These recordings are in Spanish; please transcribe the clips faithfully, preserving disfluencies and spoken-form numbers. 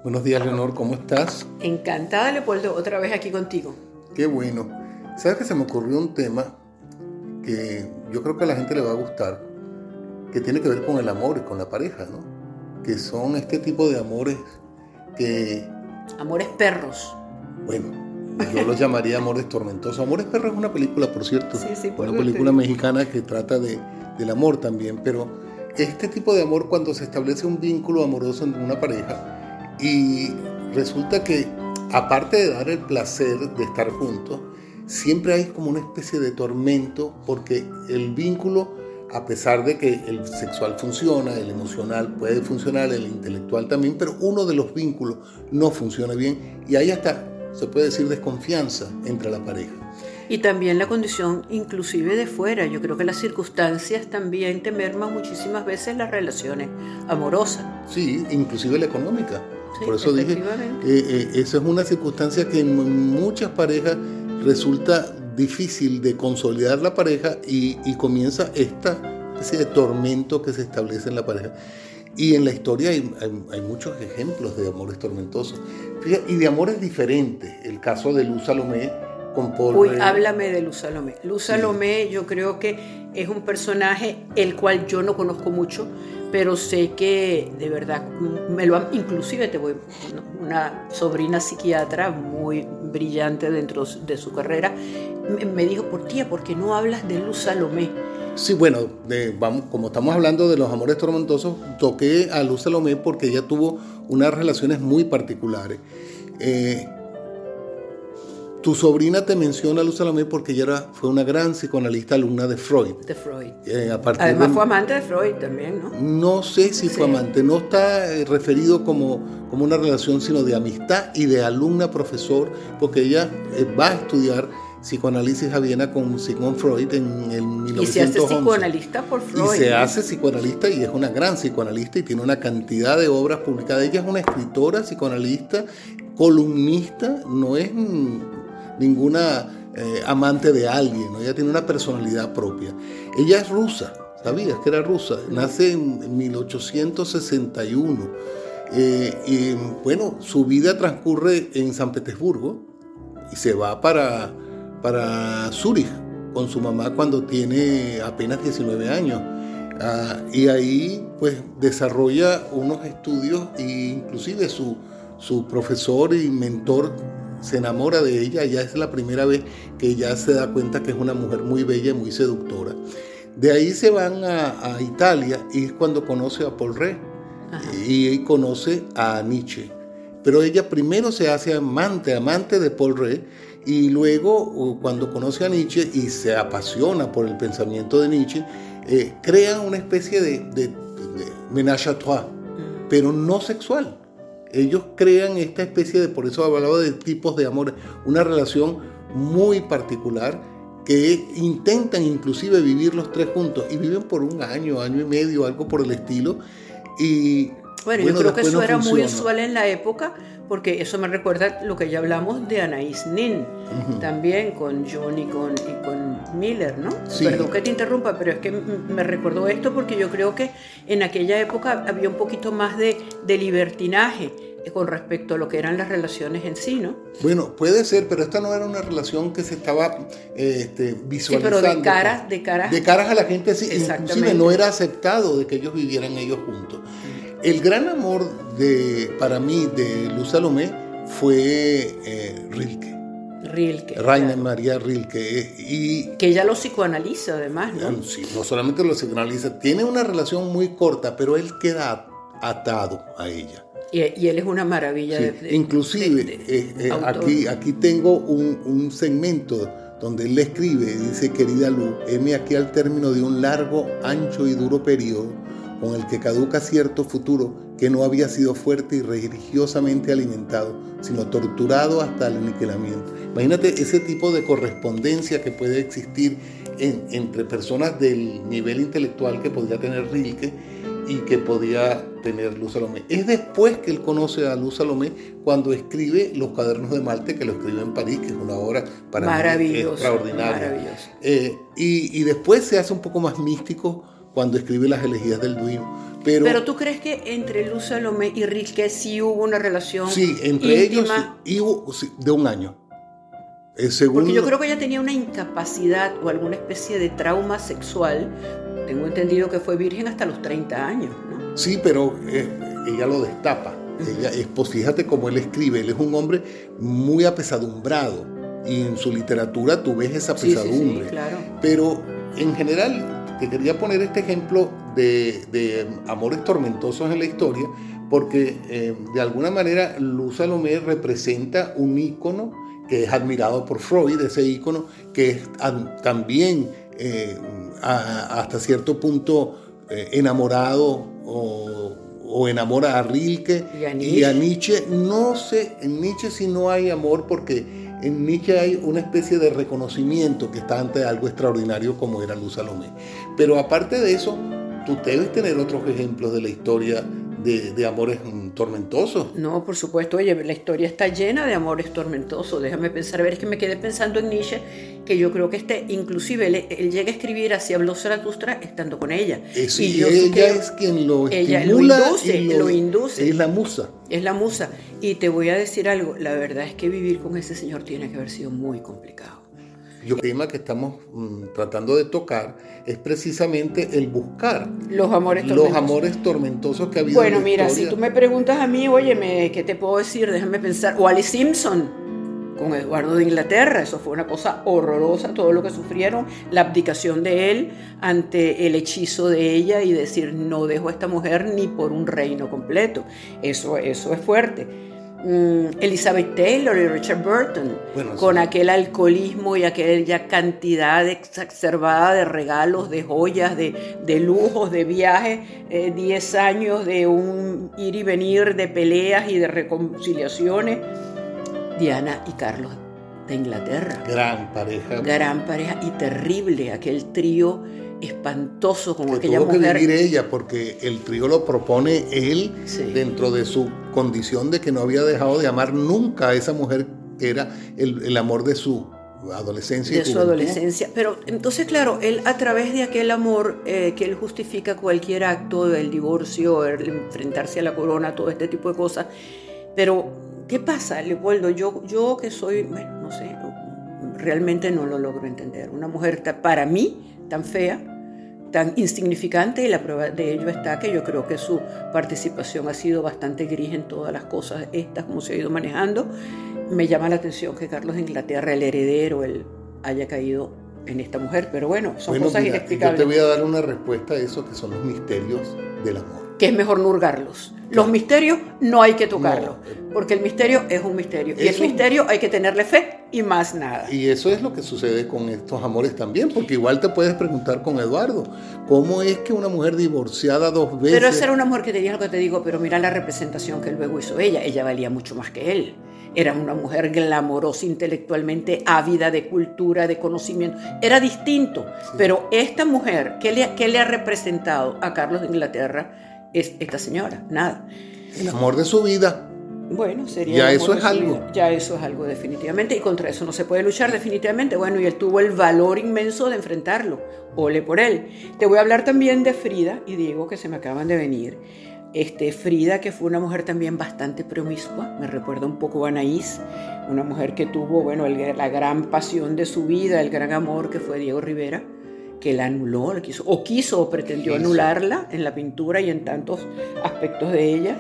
Buenos días, Leonor, ¿cómo estás? Encantada, Leopoldo, otra vez aquí contigo. Qué bueno. ¿Sabes que se me ocurrió un tema que yo creo que a la gente le va a gustar, que tiene que ver con el amor y con la pareja, ¿no? Que son este tipo de amores que... Amores perros. Bueno, yo los llamaría amores tormentosos. Amores perros es una película, por cierto. Sí, sí, por una película mexicana que trata de, del amor también, pero este tipo de amor cuando se establece un vínculo amoroso entre una pareja y resulta que, aparte de dar el placer de estar juntos, siempre hay como una especie de tormento porque el vínculo, a pesar de que el sexual funciona, el emocional puede funcionar, el intelectual también, pero uno de los vínculos no funciona bien y ahí hasta se puede decir desconfianza entre la pareja. Y también la condición inclusive de fuera. Yo creo que las circunstancias también te merman muchísimas veces las relaciones amorosas. Sí, inclusive la económica. Sí, por eso dije, eh, eh, esa es una circunstancia que en muchas parejas resulta difícil de consolidar la pareja y, y comienza esta especie de tormento que se establece en la pareja. Y en la historia hay, hay, hay muchos ejemplos de amores tormentosos. Fíjate, y de amores diferentes. El caso de Luz Salomé con Paul Uy, Rey. háblame de Luz Salomé. Luz Sí. Salomé yo creo que es un personaje el cual yo no conozco mucho, pero sé que de verdad me lo han, inclusive te voy, una sobrina psiquiatra muy brillante dentro de su carrera me dijo, por tía, ¿por qué no hablas de Luz Salomé? Sí, bueno, de, vamos, como estamos hablando de los amores tormentosos, toqué a Luz Salomé porque ella tuvo unas relaciones muy particulares. Eh, tu sobrina te menciona a Luz Salomé porque ella era, fue una gran psicoanalista alumna de Freud. De Freud. Eh, a partir Además de, fue amante de Freud también, ¿no? No sé si Sí. fue amante, no está eh, referido como, como una relación, sino de amistad y de alumna-profesor, porque ella eh, va a estudiar psicoanálisis a Viena con Sigmund Freud en el mil novecientos once. Y se hace psicoanalista por Freud. Y se hace psicoanalista y es una gran psicoanalista y tiene una cantidad de obras publicadas. Ella es una escritora, psicoanalista, columnista, no es ninguna eh, amante de alguien, ¿no? Ella tiene una personalidad propia. Ella es rusa, ¿sabías que era rusa? Nace en mil ochocientos sesenta y uno. Eh, y bueno, su vida transcurre en San Petersburgo y se va para, para Zúrich con su mamá cuando tiene apenas diecinueve años. Ah, y ahí pues desarrolla unos estudios e inclusive su, su profesor y mentor se enamora de ella. Ya es la primera vez que ella se da cuenta que es una mujer muy bella y muy seductora. De ahí se van a, a Italia y es cuando conoce a Paul Rey. Ajá. Y conoce a Nietzsche. Pero ella primero se hace amante, amante de Paul Rey, y luego cuando conoce a Nietzsche y se apasiona por el pensamiento de Nietzsche, eh, crean una especie de, de, de ménage à trois, mm. pero no sexual. Ellos crean esta especie de, por eso hablaba de tipos de amor, una relación muy particular que intentan inclusive vivir los tres juntos y viven por un año, año y medio, algo por el estilo. Y bueno, bueno, yo creo que eso no era funciona. Muy usual en la época, porque eso me recuerda lo que ya hablamos de Anaïs Nin, uh-huh. también con John y con, y con Miller, ¿no? Sí. Perdón que te interrumpa, pero es que me recordó esto porque yo creo que en aquella época había un poquito más de, de libertinaje con respecto a lo que eran las relaciones en sí, ¿no? Bueno, puede ser, pero esta no era una relación que se estaba este, visualizando. Sí, pero de caras, de caras. De caras a la gente, sí. Inclusive no era aceptado de que ellos vivieran ellos juntos. El gran amor de, para mí de Luz Salomé fue eh, Rilke. Rilke. Rainer claro. María Rilke. Y, que ella lo psicoanaliza además, ¿no? Sí, no solamente lo psicoanaliza, tiene una relación muy corta, pero él queda atado a ella. Y, y él es una maravilla. Sí, de, de, inclusive, de, de, eh, eh, aquí, aquí tengo un, un segmento donde él le escribe, dice: querida Luz, heme aquí al término de un largo, ancho y duro periodo con el que caduca cierto futuro que no había sido fuerte y religiosamente alimentado, sino torturado hasta el aniquilamiento. Imagínate ese tipo de correspondencia que puede existir en, entre personas del nivel intelectual que podría tener Rilke y que podía tener Luz Salomé. Es después que él conoce a Luz Salomé cuando escribe Los Cuadernos de Malte, que lo escribe en París, que es una obra para mí extraordinaria. Maravilloso. Eh, y, y después se hace un poco más místico cuando escribe Las Elegías del Duino. Pero, pero tú crees que entre Luz Salomé y Rilke sí hubo una relación sí, entre íntima? ellos sí, hubo, sí, de un año. Eh, según, Porque yo creo que ella tenía una incapacidad o alguna especie de trauma sexual. Tengo entendido que fue virgen hasta los treinta años, ¿no? Sí, pero eh, ella lo destapa. Ella es, pues fíjate cómo él escribe. Él es un hombre muy apesadumbrado y en su literatura tú ves esa pesadumbre. Sí, sí, sí, claro. Pero en general te quería poner este ejemplo de, de amores tormentosos en la historia porque eh, de alguna manera Luz Salomé representa un ícono que es admirado por Freud, ese ícono que es ad, también eh, a, hasta cierto punto eh, enamorado o, o enamora a Rilke y a, y a Nietzsche. No sé, en Nietzsche sí no hay amor porque en Nietzsche hay una especie de reconocimiento que está ante algo extraordinario como era Luz Salomé. Pero aparte de eso, tú debes tener otros ejemplos de la historia de, de amores tormentosos. No, por supuesto. Oye, la historia está llena de amores tormentosos. Déjame pensar, a ver, es que me quedé pensando en Nietzsche, que yo creo que este, inclusive él, él llega a escribir Así habló Zaratustra estando con ella. Eso, y yo ella que, es quien lo ella estimula lo induce, y lo, lo induce. Es la musa. Es la musa. Y te voy a decir algo, la verdad es que vivir con ese señor tiene que haber sido muy complicado. El tema que estamos mm, tratando de tocar es precisamente el buscar los amores tormentosos, los amores tormentosos que ha habido bueno, en la mira, historia. Si tú me preguntas a mí, óyeme, ¿qué te puedo decir? Déjame pensar. Wally Simpson con Eduardo de Inglaterra, eso fue una cosa horrorosa, todo lo que sufrieron, la abdicación de él ante el hechizo de ella y decir, no dejo a esta mujer ni por un reino completo. Eso, eso es fuerte. Elizabeth Taylor y Richard Burton, bueno, con sí. aquel alcoholismo y aquella cantidad exacerbada de regalos, de joyas, de, de lujos, de viajes, eh, diez años de un ir y venir, de peleas y de reconciliaciones. Diana y Carlos de Inglaterra. Gran pareja. Gran pareja y terrible, aquel trío espantoso con que aquella tuvo mujer. Que vivir ella, porque el trío lo propone él sí. dentro de su condición de que no había dejado de amar nunca a esa mujer que era el, el amor de su adolescencia. De su adolescencia. Pero entonces, claro, él a través de aquel amor eh, que él justifica cualquier acto del divorcio, el enfrentarse a la corona, todo este tipo de cosas. Pero, ¿qué pasa, Leopoldo? Yo, yo que soy, bueno, no sé, realmente no lo logro entender. Una mujer, para mí, tan fea, tan insignificante, y la prueba de ello está que yo creo que su participación ha sido bastante gris en todas las cosas estas, como se ha ido manejando. Me llama la atención que Carlos de Inglaterra, el heredero, él haya caído en esta mujer, pero bueno, son bueno, cosas mira, inexplicables. Yo te voy a dar una respuesta a eso, que son los misterios del amor. Que es mejor no hurgarlos. Los misterios no hay que tocarlos, no, porque el misterio es un misterio. Y el misterio hay que tenerle fe y más nada. Y eso es lo que sucede con estos amores también, porque igual te puedes preguntar con Eduardo, ¿cómo es que una mujer divorciada dos veces... Pero esa era una mujer que tenía lo que te digo, pero mira la representación que luego hizo ella. Ella valía mucho más que él. Era una mujer glamorosa, intelectualmente ávida de cultura, de conocimiento. Era distinto. Sí. Pero esta mujer, ¿qué le, qué le ha representado a Carlos de Inglaterra? Es esta señora, nada. El amor de su vida. Bueno, sería ya el amor eso es de su algo. vida. Ya eso es algo definitivamente, y contra eso no se puede luchar definitivamente. Bueno, y él tuvo el valor inmenso de enfrentarlo. Ole por él. Te voy a hablar también de Frida y Diego, que se me acaban de venir. Este, Frida, que fue una mujer también bastante promiscua, me recuerda un poco a Anaís, una mujer que tuvo, bueno, el, la gran pasión de su vida, el gran amor que fue Diego Rivera, que la anuló, la quiso, o quiso o pretendió quiso. anularla en la pintura y en tantos aspectos de ella,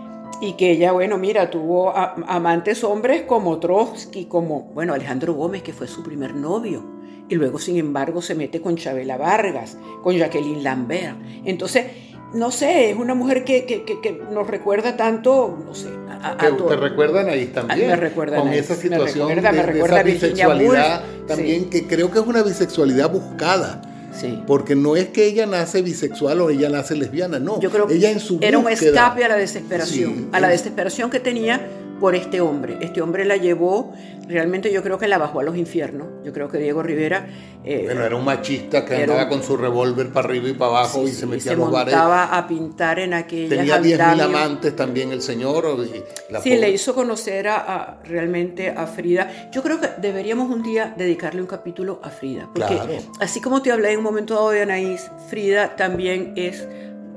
y que ella, bueno, mira, tuvo a, amantes hombres como Trotsky, como, bueno, Alejandro Gómez, que fue su primer novio, y luego, sin embargo, se mete con Chabela Vargas, con Jacqueline Lambert. Entonces, no sé, es una mujer que, que, que, que nos recuerda tanto, no sé, a, a que todo. Te recuerda a Anaís también. Me recuerda con a esa situación me recuerda, de, me recuerda de esa bisexualidad también, sí. que creo que es una bisexualidad buscada. Sí. Porque no es que ella nace bisexual o ella nace lesbiana, no. Yo creo que ella en su era búsqueda, un escape a la desesperación, sí, a la es... desesperación que tenía por este hombre. Este hombre la llevó, realmente yo creo que la bajó a los infiernos. Yo creo que Diego Rivera... Eh, bueno, era un machista que andaba un... con su revólver para arriba y para abajo, sí, y se metía a los bares. Se montaba a pintar en aquellas Tenía diez mil amantes también el señor. Y la sí, pobre... le hizo conocer a, a, realmente a Frida. Yo creo que deberíamos un día dedicarle un capítulo a Frida. Porque claro. así como te hablé en un momento dado de Anaís, Frida también es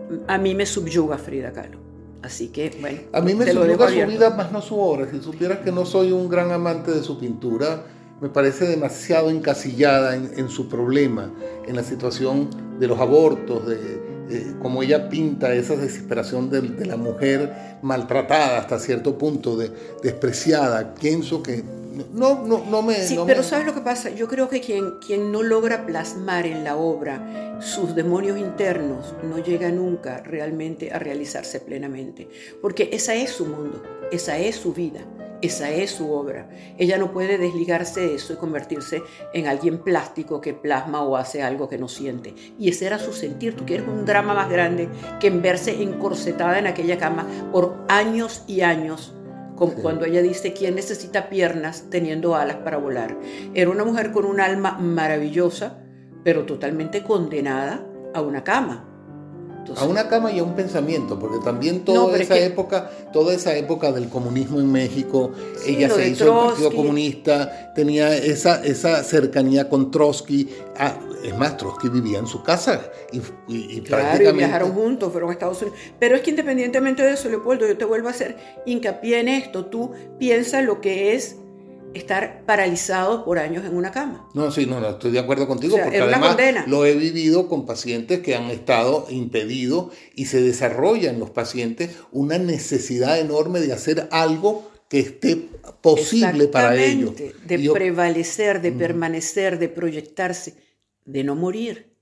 a mí me subyuga Frida Kahlo. Así que, bueno. A mí me te lo dejo subyuga su abierto. vida, más no su obra. Si supieras que no soy un gran amante de su pintura, me parece demasiado encasillada en, en su problema, en la situación de los abortos, de eh, cómo ella pinta esa desesperación de, de la mujer maltratada hasta cierto punto, de, despreciada. Pienso que no, no, no me... Sí, no pero me... ¿sabes lo que pasa? Yo creo que quien, quien no logra plasmar en la obra sus demonios internos no llega nunca realmente a realizarse plenamente, porque esa es su mundo, esa es su vida, esa es su obra. Ella no puede desligarse de eso y convertirse en alguien plástico que plasma o hace algo que no siente. Y ese era su sentir. Tú quieres un drama más grande que en verse encorsetada en aquella cama por años y años, como sí. Cuando ella dice, ¿quién necesita piernas teniendo alas para volar? Era una mujer con un alma maravillosa, pero totalmente condenada a una cama. Entonces, a una cama y a un pensamiento, porque también toda no, esa que, época, toda esa época del comunismo en México, sí, ella se hizo Trotsky. el Partido Comunista, tenía esa, esa cercanía con Trotsky. Ah, es más, Trotsky vivía en su casa y, y, y claro, prácticamente... y viajaron juntos, fueron a Estados Unidos. Pero es que independientemente de eso, Leopoldo, yo te vuelvo a hacer hincapié en esto. Tú piensas lo que es estar paralizado por años en una cama. No, sí, no, no, estoy de acuerdo contigo, o sea, porque además condena. Lo he vivido con pacientes que han estado impedidos y se desarrolla en los pacientes una necesidad enorme de hacer algo que esté posible para ellos. De yo, prevalecer, de mm, permanecer, de proyectarse, de no morir.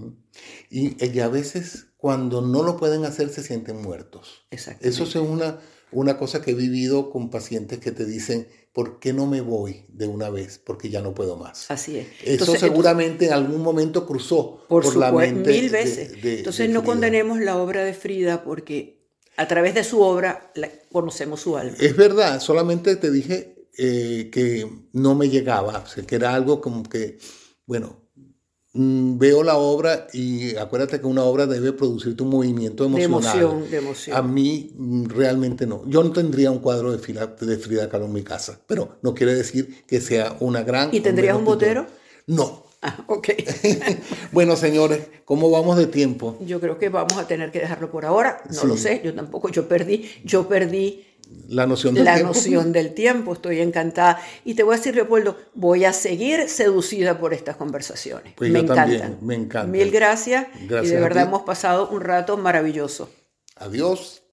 Y, y a veces cuando no lo pueden hacer se sienten muertos. Eso es una, una cosa que he vivido con pacientes que te dicen, ¿por qué no me voy de una vez? Porque ya no puedo más. Así es. Eso entonces, seguramente entonces, en algún momento cruzó por, por la mente. Mil veces. De, de, entonces de no condenemos la obra de Frida porque a través de su obra la, conocemos su alma. Es verdad, solamente te dije eh, que no me llegaba, o sea, que era algo como que, bueno, mmm, veo la obra y acuérdate que una obra debe producirte un movimiento emocional. De emoción, de emoción. A mí mmm, realmente no. Yo no tendría un cuadro de Frida, de Frida Kahlo en mi casa, pero no quiere decir que sea una gran... ¿Y tendrías un botero? No. Ah, ok. Bueno, señores, ¿cómo vamos de tiempo? Yo creo que vamos a tener que dejarlo por ahora. No sí. lo sé, yo tampoco. Yo perdí, yo perdí la noción del la tiempo. noción del tiempo. Estoy encantada. Y te voy a decir, Leopoldo, voy a seguir seducida por estas conversaciones. Pues me yo encantan. También, me encanta. Mil gracias. Gracias y de verdad hemos pasado un rato maravilloso. Adiós.